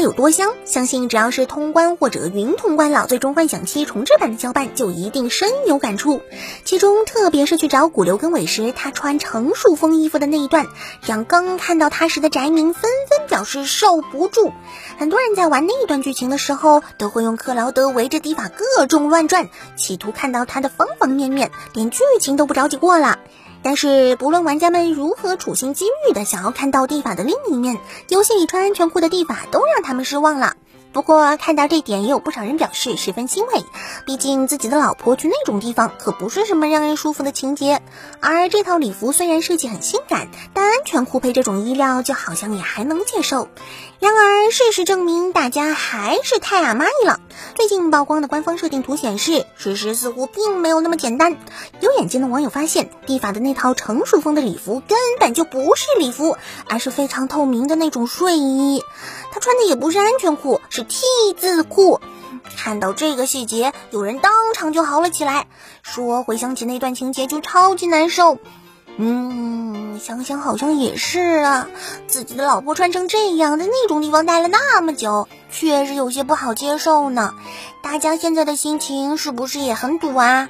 有多香，相信只要是通关或者云通关了最终幻想七重置版的小伙伴就一定深有感触。其中特别是去找古流跟尾时他穿成熟风衣服的那一段，让刚看到他时的宅民纷纷表示受不住。很多人在玩那一段剧情的时候都会用克劳德围着蒂法各种乱转，企图看到他的方方面面，连剧情都不着急过了。但是不论玩家们如何处心积虑的想要看到蒂法的另一面，游戏里穿安全裤的蒂法都让他们失望了。不过看到这点也有不少人表示十分欣慰，毕竟自己的老婆去那种地方可不是什么让人舒服的情节。而这套礼服虽然设计很性感，但安全裤配这种衣料就好像也还能接受。然而事实证明大家还是太阿玛尼了。最近曝光的官方设定图显示，事实似乎并没有那么简单。有眼尖的网友发现，蒂法的那套成熟风的礼服根本就不是礼服，而是非常透明的那种睡衣。他穿的也不是安全裤，是 T 字裤。看到这个细节，有人当场就嚎了起来，说回想起那段情节就超级难受。想想好像也是啊，自己的老婆穿成这样，在那种地方待了那么久，确实有些不好接受呢。大家现在的心情是不是也很堵啊？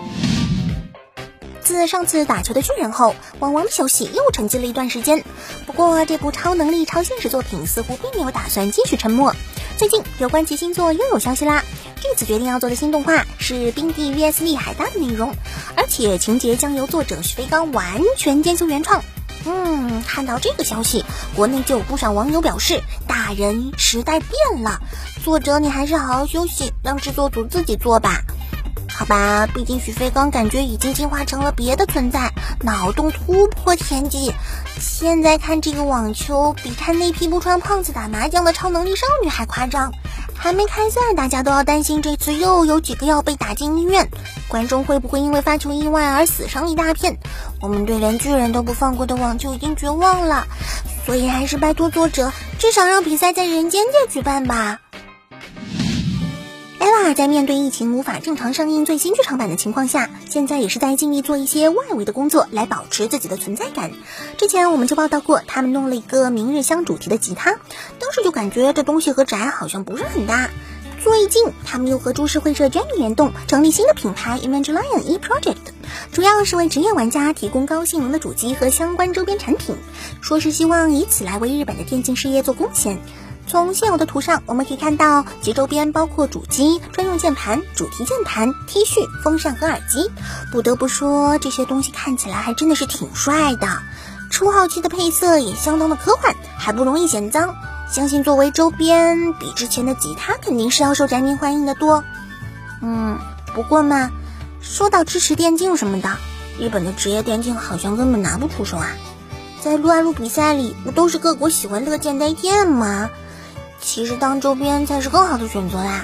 自上次打球的巨人后，网王的消息又沉寂了一段时间。不过这部超能力超现实作品似乎并没有打算继续沉默。最近有关其新作又有消息啦，这次决定要做的新动画是冰帝 VS 利海大的内容，而且情节将由作者许飞刚完全兼修原创。看到这个消息，国内就有不少网友表示，大人时代变了，作者你还是好好休息，让制作组自己做吧。好吧，毕竟许飞刚感觉已经进化成了别的存在，脑洞突破天际。现在看这个网球比看那批不穿胖子打麻将的超能力少女还夸张。还没开赛，大家都要担心这次又有几个要被打进医院，观众会不会因为发球意外而死伤一大片。我们对连巨人都不放过的网球已经绝望了，所以还是拜托作者，至少让比赛在人间界举办吧。Ella 在面对疫情无法正常上映最新剧场版的情况下，现在也是在尽力做一些外围的工作来保持自己的存在感。之前我们就报道过，他们弄了一个明日香主题的吉他，当时就感觉这东西和宅好像不是很搭。最近他们又和株式会社 Jamie 联动，成立新的品牌 Evangelion E Project， 主要是为职业玩家提供高性能的主机和相关周边产品，说是希望以此来为日本的电竞事业做贡献。从现有的图上我们可以看到，其周边包括主机、专用键盘、主题键盘、T 恤、风扇和耳机。不得不说，这些东西看起来还真的是挺帅的。出好奇的配色也相当的科幻，还不容易显脏。相信作为周边，比之前的吉他肯定是要受宅民欢迎的多。不过嘛，说到支持电竞什么的，日本的职业电竞好像根本拿不出手啊。在撸啊撸比赛里，不都是各国喜欢乐见代天吗？其实当周边才是更好的选择啦。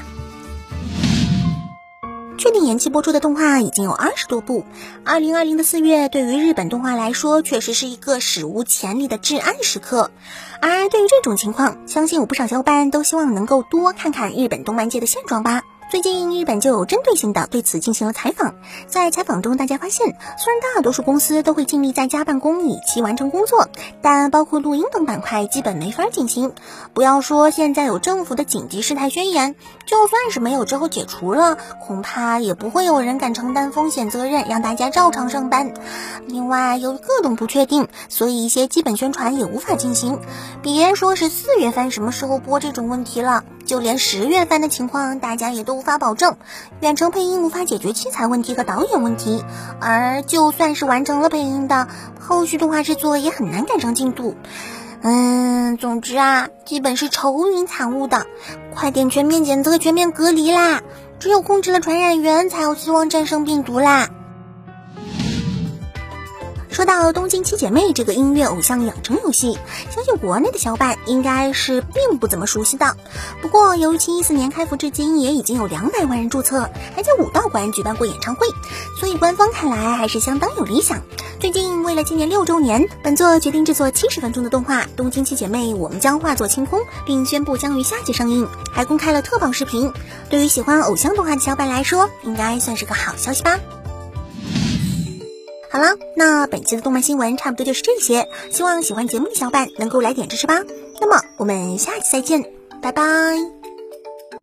确定延期播出的动画已经有20多部。2020的4月对于日本动画来说确实是一个史无前例的至暗时刻。而对于这种情况，相信有不少小伙伴都希望能够多看看日本动漫界的现状吧。最近日本就有针对性的对此进行了采访，在采访中大家发现，虽然大多数公司都会尽力在家办公以期完成工作，但包括录音等板块基本没法进行。不要说现在有政府的紧急事态宣言，就算是没有之后解除了，恐怕也不会有人敢承担风险责任让大家照常上班。另外由于各种不确定，所以一些基本宣传也无法进行，别说是4月份什么时候播这种问题了，就连10月份的情况大家也都无法保证。远程配音无法解决器材问题和导演问题，而就算是完成了配音的，后续动画制作也很难赶上进度。总之啊，基本是愁云惨雾的，快点全面检测、全面隔离啦！只有控制了传染源，才有希望战胜病毒啦。说到东京七姐妹这个音乐偶像养成游戏，相信国内的小伙伴应该是并不怎么熟悉的。不过由于2014年开服至今也已经有200万人注册，还在武道馆举办过演唱会，所以官方看来还是相当有理想。最近为了纪念6周年，本作决定制作70分钟的动画《东京七姐妹我们将化作清空》，并宣布将于夏季上映，还公开了特报视频。对于喜欢偶像动画的小伙伴来说，应该算是个好消息吧。好了，那本期的动漫新闻差不多就是这些，希望喜欢节目的小伙伴能够来点支持吧。那么我们下期再见， 拜拜。